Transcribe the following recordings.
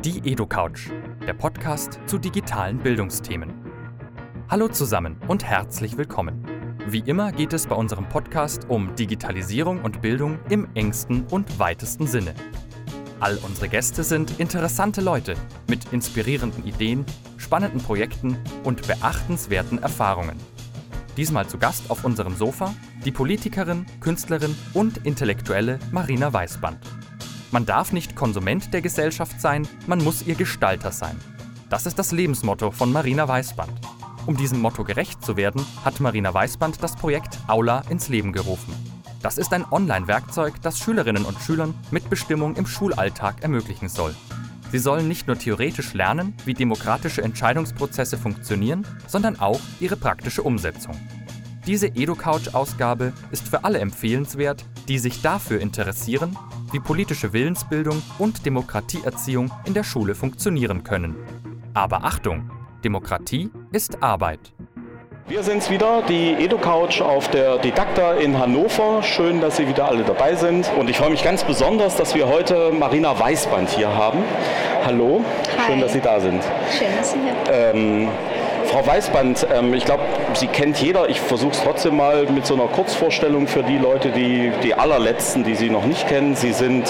Die EduCouch, der Podcast zu digitalen Bildungsthemen. Hallo zusammen und herzlich willkommen. Wie immer geht es bei unserem Podcast um Digitalisierung und Bildung im engsten und weitesten Sinne. All unsere Gäste sind interessante Leute mit inspirierenden Ideen, spannenden Projekten und beachtenswerten Erfahrungen. Diesmal zu Gast auf unserem Sofa die Politikerin, Künstlerin und Intellektuelle Marina Weißband. Man darf nicht Konsument der Gesellschaft sein, man muss ihr Gestalter sein. Das ist das Lebensmotto von Marina Weißband. Um diesem Motto gerecht zu werden, hat Marina Weißband das Projekt Aula ins Leben gerufen. Das ist ein Online-Werkzeug, das Schülerinnen und Schülern Mitbestimmung im Schulalltag ermöglichen soll. Sie sollen nicht nur theoretisch lernen, wie demokratische Entscheidungsprozesse funktionieren, sondern auch ihre praktische Umsetzung. Diese EduCouch-Ausgabe ist für alle empfehlenswert, die sich dafür interessieren, wie politische Willensbildung und Demokratieerziehung in der Schule funktionieren können. Aber Achtung! Demokratie ist Arbeit. Wir sind's wieder, die EduCouch auf der Didakta in Hannover. Schön, dass Sie wieder alle dabei sind. Und ich freue mich ganz besonders, dass wir heute Marina Weißband hier haben. Hallo, Hi. Schön, dass Sie da sind. Schön, dass Sie hier sind. Frau Weißband, ich glaube, Sie kennt jeder. Ich versuche es trotzdem mal mit so einer Kurzvorstellung für die Leute, die allerletzten, die Sie noch nicht kennen. Sie sind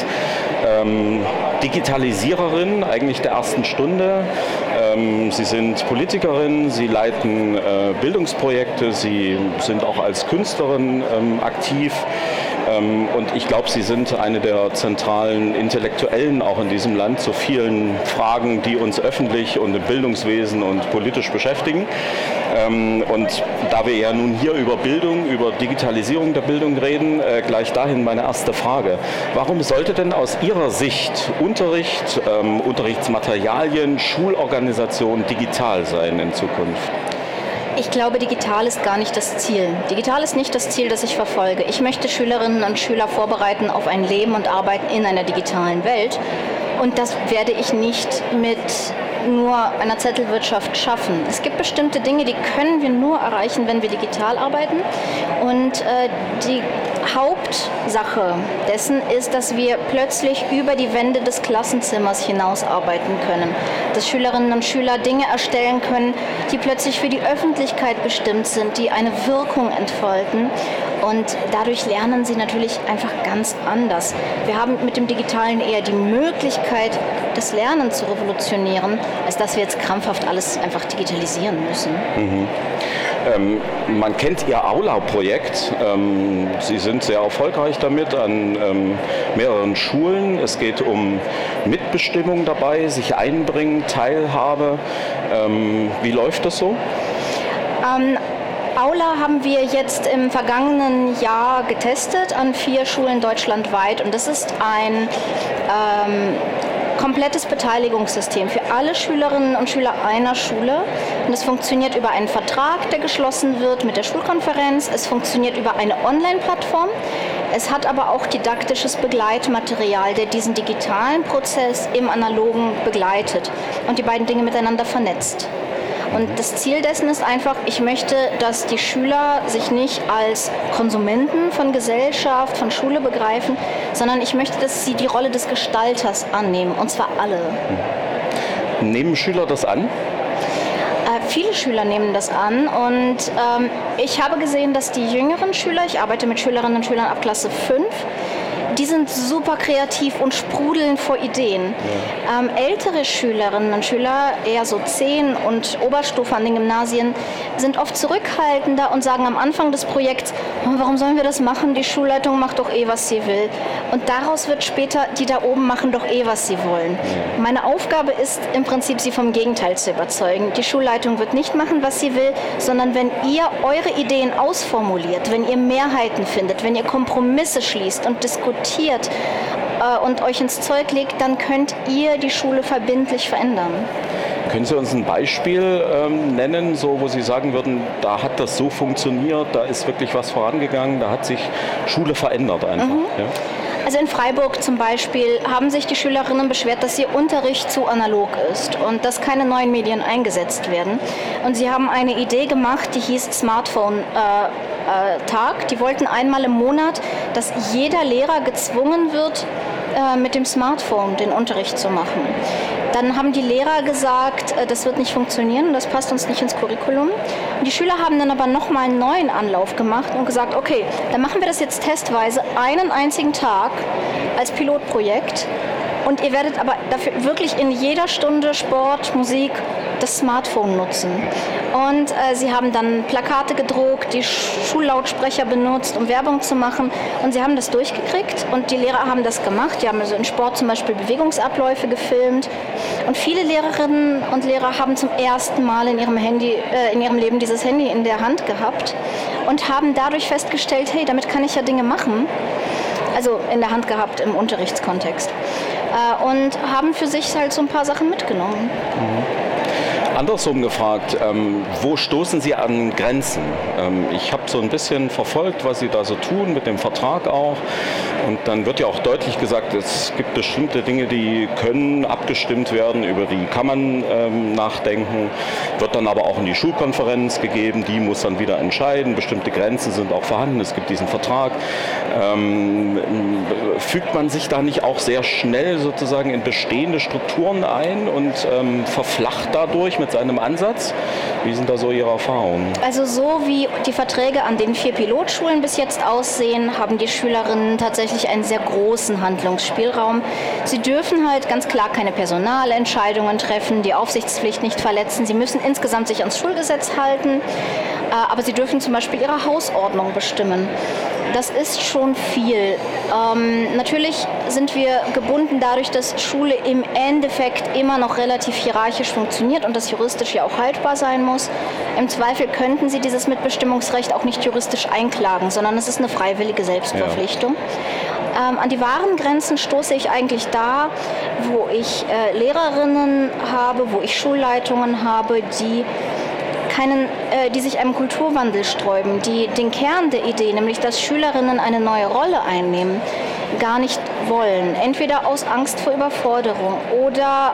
Digitalisiererin eigentlich der ersten Stunde. Sie sind Politikerin, Sie leiten Bildungsprojekte, Sie sind auch als Künstlerin aktiv. Und ich glaube, Sie sind eine der zentralen Intellektuellen auch in diesem Land zu vielen Fragen, die uns öffentlich und im Bildungswesen und politisch beschäftigen. Und da wir ja nun hier über Bildung, über Digitalisierung der Bildung reden, gleich dahin meine erste Frage. Warum sollte denn aus Ihrer Sicht Unterricht, Unterrichtsmaterialien, Schulorganisation digital sein in Zukunft? Ich glaube, digital ist gar nicht das Ziel. Digital ist nicht das Ziel, das ich verfolge. Ich möchte Schülerinnen und Schüler vorbereiten auf ein Leben und Arbeiten in einer digitalen Welt. Und das werde ich nicht mit nur einer Zettelwirtschaft schaffen. Es gibt bestimmte Dinge, die können wir nur erreichen, wenn wir digital arbeiten. Und die Hauptsache dessen ist, dass wir plötzlich über die Wände des Klassenzimmers hinaus arbeiten können. Dass Schülerinnen und Schüler Dinge erstellen können, die plötzlich für die Öffentlichkeit bestimmt sind, die eine Wirkung entfalten. Und dadurch lernen sie natürlich einfach ganz anders. Wir haben mit dem Digitalen eher die Möglichkeit, das Lernen zu revolutionieren, als dass wir jetzt krampfhaft alles einfach digitalisieren müssen. Mhm. Man kennt Ihr Aula-Projekt. Sie sind sehr erfolgreich damit an mehreren Schulen. Es geht um Mitbestimmung dabei, sich einbringen, Teilhabe. Wie läuft das so? Aula haben wir jetzt im vergangenen Jahr getestet an 4 Schulen deutschlandweit. Und das ist ein komplettes Beteiligungssystem für alle Schülerinnen und Schüler einer Schule. Und es funktioniert über einen Vertrag, der geschlossen wird mit der Schulkonferenz. Es funktioniert über eine Online-Plattform. Es hat aber auch didaktisches Begleitmaterial, der diesen digitalen Prozess im Analogen begleitet und die beiden Dinge miteinander vernetzt. Und das Ziel dessen ist einfach, ich möchte, dass die Schüler sich nicht als Konsumenten von Gesellschaft, von Schule begreifen, sondern ich möchte, dass sie die Rolle des Gestalters annehmen, und zwar alle. Nehmen Schüler das an? Viele Schüler nehmen das an und ich habe gesehen, dass die jüngeren Schüler, ich arbeite mit Schülerinnen und Schülern ab Klasse 5, die sind super kreativ und sprudeln vor Ideen. Ja. Ältere Schülerinnen und Schüler, eher so 10 und Oberstufe an den Gymnasien, sind oft zurückhaltender und sagen am Anfang des Projekts, warum sollen wir das machen? Die Schulleitung macht doch was sie will. Und daraus wird später, die da oben machen doch was sie wollen. Ja. Meine Aufgabe ist im Prinzip, sie vom Gegenteil zu überzeugen. Die Schulleitung wird nicht machen, was sie will, sondern wenn ihr eure Ideen ausformuliert, wenn ihr Mehrheiten findet, wenn ihr Kompromisse schließt und diskutiert und euch ins Zeug legt, dann könnt ihr die Schule verbindlich verändern. Können Sie uns ein Beispiel nennen, so, wo Sie sagen würden, da hat das so funktioniert, da ist wirklich was vorangegangen, da hat sich Schule verändert einfach? Ja? Also in Freiburg zum Beispiel haben sich die Schülerinnen beschwert, dass ihr Unterricht zu analog ist und dass keine neuen Medien eingesetzt werden. Und sie haben eine Idee gemacht, die hieß Smartphone-Tag. Die wollten einmal im Monat, dass jeder Lehrer gezwungen wird, mit dem Smartphone den Unterricht zu machen. Dann haben die Lehrer gesagt, das wird nicht funktionieren, das passt uns nicht ins Curriculum. Und die Schüler haben dann aber nochmal einen neuen Anlauf gemacht und gesagt, okay, dann machen wir das jetzt testweise einen einzigen Tag als Pilotprojekt. Und ihr werdet aber dafür wirklich in jeder Stunde Sport, Musik das Smartphone nutzen. Und sie haben dann Plakate gedruckt, die Schullautsprecher benutzt, um Werbung zu machen. Und sie haben das durchgekriegt und die Lehrer haben das gemacht. Die haben also in Sport zum Beispiel Bewegungsabläufe gefilmt. Und viele Lehrerinnen und Lehrer haben zum ersten Mal in ihrem Leben dieses Handy in der Hand gehabt und haben dadurch festgestellt, hey, damit kann ich ja Dinge machen. Also in der Hand gehabt im Unterrichtskontext. Und haben für sich halt so ein paar Sachen mitgenommen. Andersrum gefragt, wo stoßen Sie an Grenzen? Ich habe so ein bisschen verfolgt, was Sie da so tun, mit dem Vertrag auch. Und dann wird ja auch deutlich gesagt, es gibt bestimmte Dinge, die können abgestimmt werden, über die kann man nachdenken. Wird dann aber auch in die Schulkonferenz gegeben, die muss dann wieder entscheiden. Bestimmte Grenzen sind auch vorhanden, es gibt diesen Vertrag. Fügt man sich da nicht auch sehr schnell sozusagen in bestehende Strukturen ein und verflacht dadurch mit seinem Ansatz? Wie sind da so Ihre Erfahrungen? Also so wie die Verträge an den 4 Pilotschulen bis jetzt aussehen, haben die Schülerinnen tatsächlich einen sehr großen Handlungsspielraum. Sie dürfen halt ganz klar keine Personalentscheidungen treffen, die Aufsichtspflicht nicht verletzen. Sie müssen insgesamt sich ans Schulgesetz halten, aber sie dürfen zum Beispiel ihre Hausordnung bestimmen. Das ist schon viel. Natürlich sind wir gebunden dadurch, dass Schule im Endeffekt immer noch relativ hierarchisch funktioniert und das juristisch ja auch haltbar sein muss. Im Zweifel könnten Sie dieses Mitbestimmungsrecht auch nicht juristisch einklagen, sondern es ist eine freiwillige Selbstverpflichtung. Ja. An die wahren Grenzen stoße ich eigentlich da, wo ich Lehrerinnen habe, wo ich Schulleitungen habe, die sich einem Kulturwandel sträuben, die den Kern der Idee, nämlich dass Schülerinnen eine neue Rolle einnehmen, gar nicht wollen. Entweder aus Angst vor Überforderung oder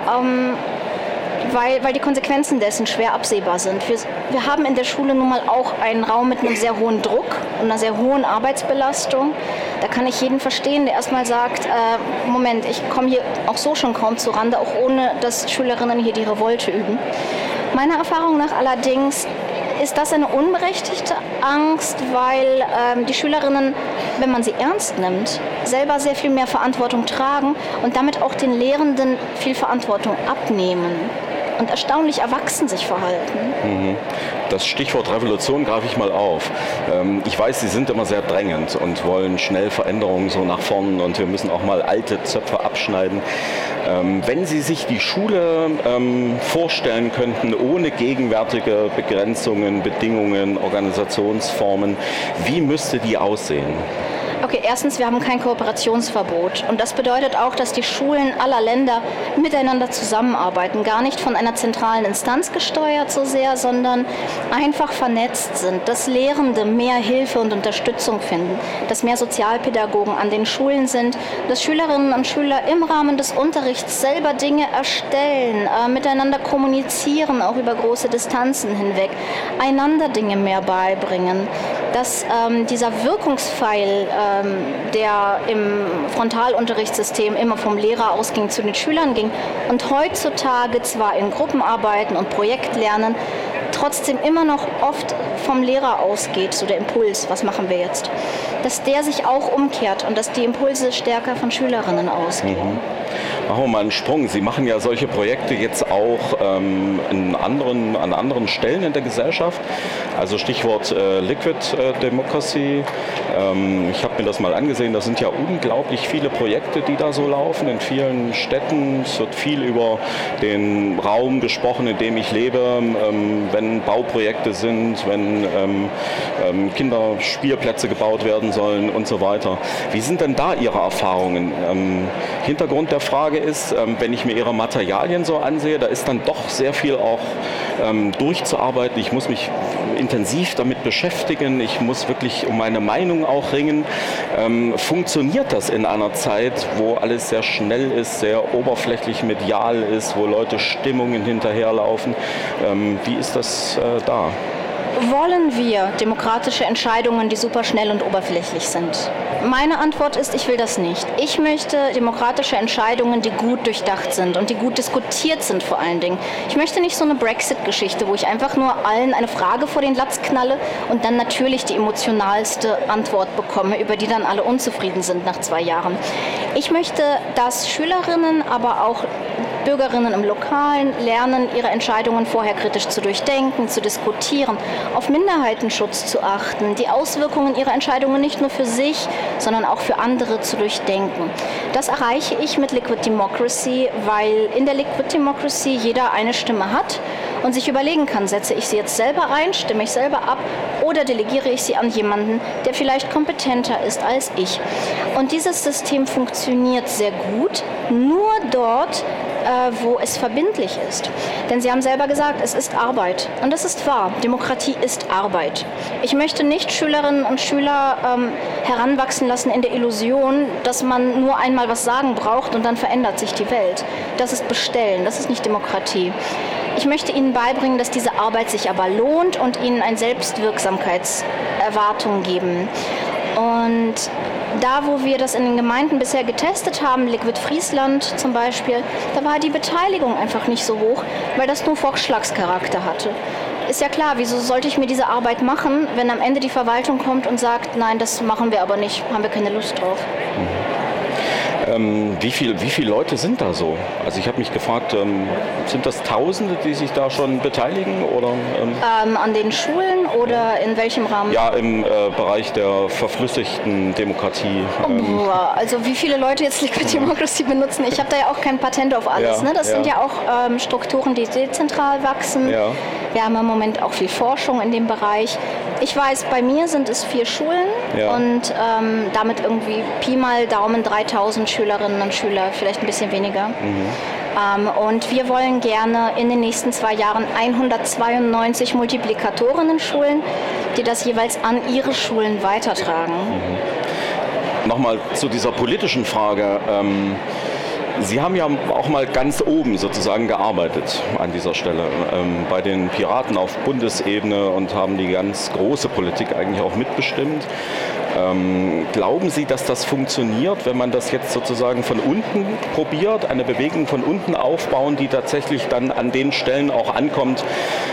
weil die Konsequenzen dessen schwer absehbar sind. Wir haben in der Schule nun mal auch einen Raum mit einem sehr hohen Druck und einer sehr hohen Arbeitsbelastung. Da kann ich jeden verstehen, der erstmal sagt, Moment, ich komme hier auch so schon kaum zurande, auch ohne dass Schülerinnen hier die Revolte üben. Meiner Erfahrung nach allerdings ist das eine unberechtigte Angst, weil die Schülerinnen, wenn man sie ernst nimmt, selber sehr viel mehr Verantwortung tragen und damit auch den Lehrenden viel Verantwortung abnehmen und erstaunlich erwachsen sich verhalten. Das Stichwort Revolution greife ich mal auf. Ich weiß, Sie sind immer sehr drängend und wollen schnell Veränderungen so nach vorn und wir müssen auch mal alte Zöpfe abschneiden. Wenn Sie sich die Schule vorstellen könnten, ohne gegenwärtige Begrenzungen, Bedingungen, Organisationsformen, wie müsste die aussehen? Okay, erstens, wir haben kein Kooperationsverbot und das bedeutet auch, dass die Schulen aller Länder miteinander zusammenarbeiten, gar nicht von einer zentralen Instanz gesteuert so sehr, sondern einfach vernetzt sind, dass Lehrende mehr Hilfe und Unterstützung finden, dass mehr Sozialpädagogen an den Schulen sind, dass Schülerinnen und Schüler im Rahmen des Unterrichts selber Dinge erstellen, miteinander kommunizieren, auch über große Distanzen hinweg, einander Dinge mehr beibringen, dass dieser Wirkungspfeil, der im Frontalunterrichtssystem immer vom Lehrer ausging, zu den Schülern ging und heutzutage zwar in Gruppenarbeiten und Projektlernen trotzdem immer noch oft vom Lehrer ausgeht, so der Impuls, was machen wir jetzt, dass der sich auch umkehrt und dass die Impulse stärker von Schülerinnen ausgehen. Machen wir mal einen Sprung. Sie machen ja solche Projekte jetzt auch an anderen Stellen in der Gesellschaft. Also Stichwort Liquid Democracy. Ich habe mir das mal angesehen. Das sind ja unglaublich viele Projekte, die da so laufen in vielen Städten. Es wird viel über den Raum gesprochen, in dem ich lebe. Wenn Bauprojekte sind, wenn Kinderspielplätze gebaut werden sollen und so weiter. Wie sind denn da Ihre Erfahrungen? Hintergrund der Frage ist, wenn ich mir Ihre Materialien so ansehe, da ist dann doch sehr viel auch durchzuarbeiten. Ich muss mich intensiv damit beschäftigen. Ich muss wirklich um meine Meinung auch ringen. Funktioniert das in einer Zeit, wo alles sehr schnell ist, sehr oberflächlich medial ist, wo Leute Stimmungen hinterherlaufen? Wie ist das da? Wollen wir demokratische Entscheidungen, die super schnell und oberflächlich sind? Meine Antwort ist, ich will das nicht. Ich möchte demokratische Entscheidungen, die gut durchdacht sind und die gut diskutiert sind vor allen Dingen. Ich möchte nicht so eine Brexit-Geschichte, wo ich einfach nur allen eine Frage vor den Latz knalle und dann natürlich die emotionalste Antwort bekomme, über die dann alle unzufrieden sind nach 2 Jahren. Ich möchte, dass Schülerinnen, aber auch Bürgerinnen im Lokalen lernen, ihre Entscheidungen vorher kritisch zu durchdenken, zu diskutieren, auf Minderheitenschutz zu achten, die Auswirkungen ihrer Entscheidungen nicht nur für sich, sondern auch für andere zu durchdenken. Das erreiche ich mit Liquid Democracy, weil in der Liquid Democracy jeder eine Stimme hat und sich überlegen kann, setze ich sie jetzt selber ein, stimme ich selber ab oder delegiere ich sie an jemanden, der vielleicht kompetenter ist als ich. Und dieses System funktioniert sehr gut, nur dort, wo es verbindlich ist. Denn Sie haben selber gesagt, es ist Arbeit. Und das ist wahr. Demokratie ist Arbeit. Ich möchte nicht Schülerinnen und Schüler heranwachsen lassen in der Illusion, dass man nur einmal was sagen braucht und dann verändert sich die Welt. Das ist Bestellen, das ist nicht Demokratie. Ich möchte ihnen beibringen, dass diese Arbeit sich aber lohnt und ihnen eine Selbstwirksamkeitserwartung geben. Und da, wo wir das in den Gemeinden bisher getestet haben, Liquid Friesland zum Beispiel, da war die Beteiligung einfach nicht so hoch, weil das nur Vorschlagscharakter hatte. Ist ja klar, wieso sollte ich mir diese Arbeit machen, wenn am Ende die Verwaltung kommt und sagt, nein, das machen wir aber nicht, haben wir keine Lust drauf. Wie viele Leute sind da so? Also ich habe mich gefragt, sind das Tausende, die sich da schon beteiligen? Oder, an den Schulen oder in welchem Rahmen? Ja, im Bereich der verflüssigten Demokratie. Also wie viele Leute jetzt Liquid Democracy benutzen, ich habe da ja auch kein Patent auf alles. Ja, ne? Das sind ja auch Strukturen, die dezentral wachsen. Ja. Wir haben im Moment auch viel Forschung in dem Bereich. Ich weiß, bei mir sind es 4 Schulen und damit irgendwie Pi mal Daumen 3000 Schülerinnen und Schüler, vielleicht ein bisschen weniger. Und wir wollen gerne in den nächsten 2 Jahren 192 Multiplikatorinnen schulen, die das jeweils an ihre Schulen weitertragen. Nochmal zu dieser politischen Frage. Sie haben ja auch mal ganz oben sozusagen gearbeitet an dieser Stelle bei den Piraten auf Bundesebene und haben die ganz große Politik eigentlich auch mitbestimmt. Glauben Sie, dass das funktioniert, wenn man das jetzt sozusagen von unten probiert, eine Bewegung von unten aufbauen, die tatsächlich dann an den Stellen auch ankommt,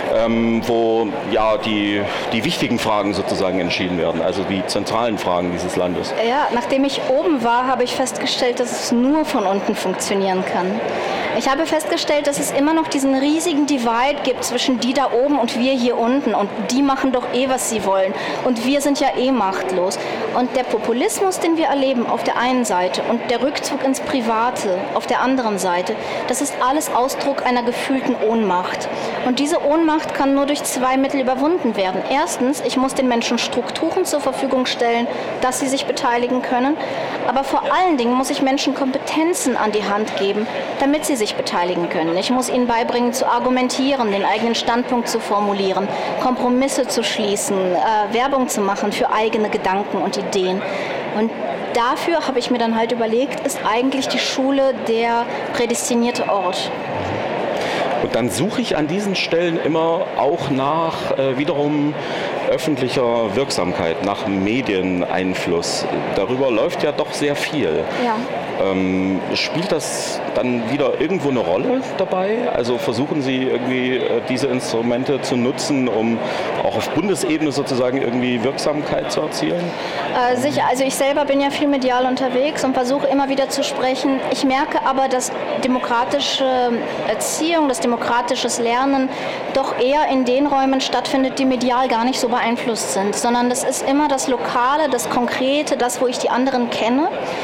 wo ja die wichtigen Fragen sozusagen entschieden werden, also die zentralen Fragen dieses Landes? Ja, nachdem ich oben war, habe ich festgestellt, dass es nur von unten funktionieren kann. Ich habe festgestellt, dass es immer noch diesen riesigen Divide gibt zwischen die da oben und wir hier unten. Und die machen doch was sie wollen. Und wir sind ja machtlos. Und der Populismus, den wir erleben auf der einen Seite und der Rückzug ins Private auf der anderen Seite, das ist alles Ausdruck einer gefühlten Ohnmacht. Und diese Ohnmacht kann nur durch 2 Mittel überwunden werden. Erstens, ich muss den Menschen Strukturen zur Verfügung stellen, dass sie sich beteiligen können. Aber vor allen Dingen muss ich Menschen Kompetenzen an die Hand geben, damit sie sich beteiligen können. Ich muss ihnen beibringen, zu argumentieren, den eigenen Standpunkt zu formulieren, Kompromisse zu schließen, Werbung zu machen für eigene Gedanken und Ideen. Und dafür habe ich mir dann halt überlegt, ist eigentlich die Schule der prädestinierte Ort. Und dann suche ich an diesen Stellen immer auch nach wiederum öffentlicher Wirksamkeit, nach Medieneinfluss. Darüber läuft ja doch sehr viel. Ja. Spielt das dann wieder irgendwo eine Rolle dabei? Also versuchen Sie irgendwie diese Instrumente zu nutzen, um auch auf Bundesebene sozusagen irgendwie Wirksamkeit zu erzielen? Sicher, also ich selber bin ja viel medial unterwegs und versuche immer wieder zu sprechen. Ich merke aber, dass demokratische Erziehung, das demokratisches Lernen doch eher in den Räumen stattfindet, die medial gar nicht so beeinflusst sind, sondern das ist immer das Lokale, das Konkrete, das, wo ich die anderen kenne.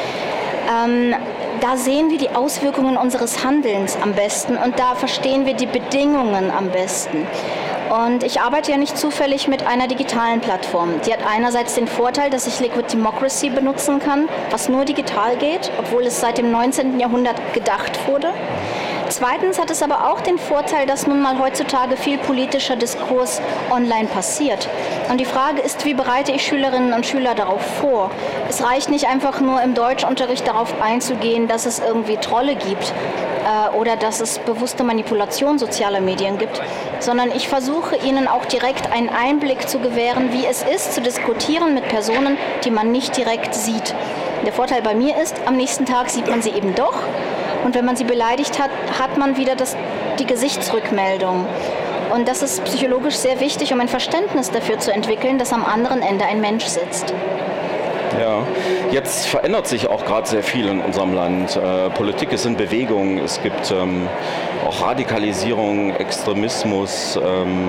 Da sehen wir die Auswirkungen unseres Handelns am besten und da verstehen wir die Bedingungen am besten. Und ich arbeite ja nicht zufällig mit einer digitalen Plattform. Die hat einerseits den Vorteil, dass ich Liquid Democracy benutzen kann, was nur digital geht, obwohl es seit dem 19. Jahrhundert gedacht wurde. Zweitens hat es aber auch den Vorteil, dass nun mal heutzutage viel politischer Diskurs online passiert. Und die Frage ist, wie bereite ich Schülerinnen und Schüler darauf vor? Es reicht nicht einfach nur im Deutschunterricht darauf einzugehen, dass es irgendwie Trolle gibt. oder dass es bewusste Manipulation sozialer Medien gibt, sondern ich versuche ihnen auch direkt einen Einblick zu gewähren, wie es ist, zu diskutieren mit Personen, die man nicht direkt sieht. Der Vorteil bei mir ist, am nächsten Tag sieht man sie eben doch und wenn man sie beleidigt hat, hat man wieder die Gesichtsrückmeldung. Und das ist psychologisch sehr wichtig, um ein Verständnis dafür zu entwickeln, dass am anderen Ende ein Mensch sitzt. Ja, jetzt verändert sich auch gerade sehr viel in unserem Land. Politik ist in Bewegung, es gibt auch Radikalisierung, Extremismus,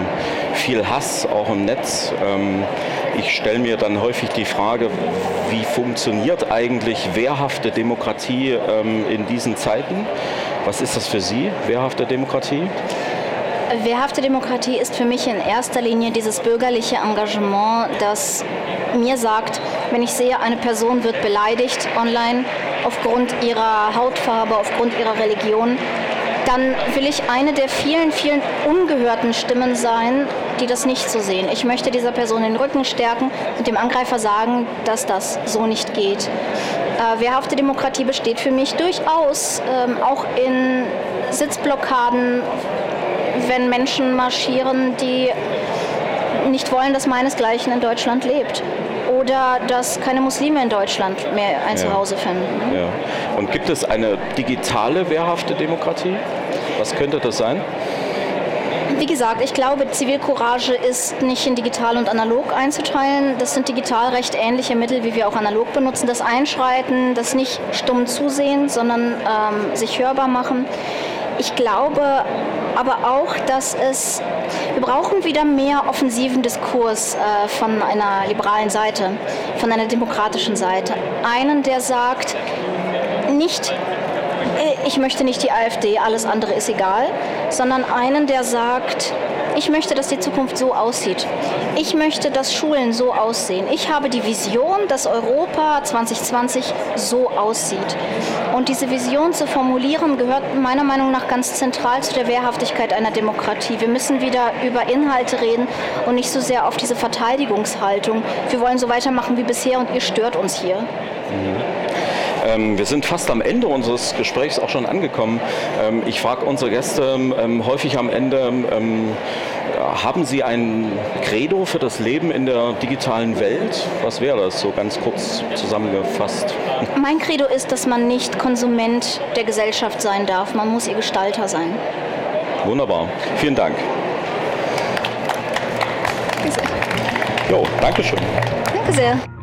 viel Hass auch im Netz. Ich stelle mir dann häufig die Frage, wie funktioniert eigentlich wehrhafte Demokratie in diesen Zeiten? Was ist das für Sie, wehrhafte Demokratie? Wehrhafte Demokratie ist für mich in erster Linie dieses bürgerliche Engagement, das mir sagt, wenn ich sehe, eine Person wird beleidigt online aufgrund ihrer Hautfarbe, aufgrund ihrer Religion, dann will ich eine der vielen, vielen ungehörten Stimmen sein, die das nicht so sehen. Ich möchte dieser Person den Rücken stärken und dem Angreifer sagen, dass das so nicht geht. Wehrhafte Demokratie besteht für mich durchaus auch in Sitzblockaden, wenn Menschen marschieren, die nicht wollen, dass meinesgleichen in Deutschland lebt. Oder dass keine Muslime in Deutschland mehr ein Zuhause finden. Ja. Und gibt es eine digitale wehrhafte Demokratie? Was könnte das sein? Wie gesagt, ich glaube, Zivilcourage ist nicht in digital und analog einzuteilen. Das sind digital recht ähnliche Mittel, wie wir auch analog benutzen. Das Einschreiten, das nicht stumm zusehen, sondern sich hörbar machen. Ich glaube aber auch, dass wir brauchen wieder mehr offensiven Diskurs von einer liberalen Seite, von einer demokratischen Seite. Einen, der sagt, nicht, ich möchte nicht die AfD, alles andere ist egal, sondern einen, der sagt, ich möchte, dass die Zukunft so aussieht. Ich möchte, dass Schulen so aussehen. Ich habe die Vision, dass Europa 2020 so aussieht. Und diese Vision zu formulieren, gehört meiner Meinung nach ganz zentral zu der Wehrhaftigkeit einer Demokratie. Wir müssen wieder über Inhalte reden und nicht so sehr auf diese Verteidigungshaltung. Wir wollen so weitermachen wie bisher und ihr stört uns hier. Wir sind fast am Ende unseres Gesprächs auch schon angekommen. Ich frage unsere Gäste häufig am Ende, haben Sie ein Credo für das Leben in der digitalen Welt? Was wäre das, so ganz kurz zusammengefasst? Mein Credo ist, dass man nicht Konsument der Gesellschaft sein darf. Man muss ihr Gestalter sein. Wunderbar. Vielen Dank. Danke sehr. Jo, danke schön. Danke sehr.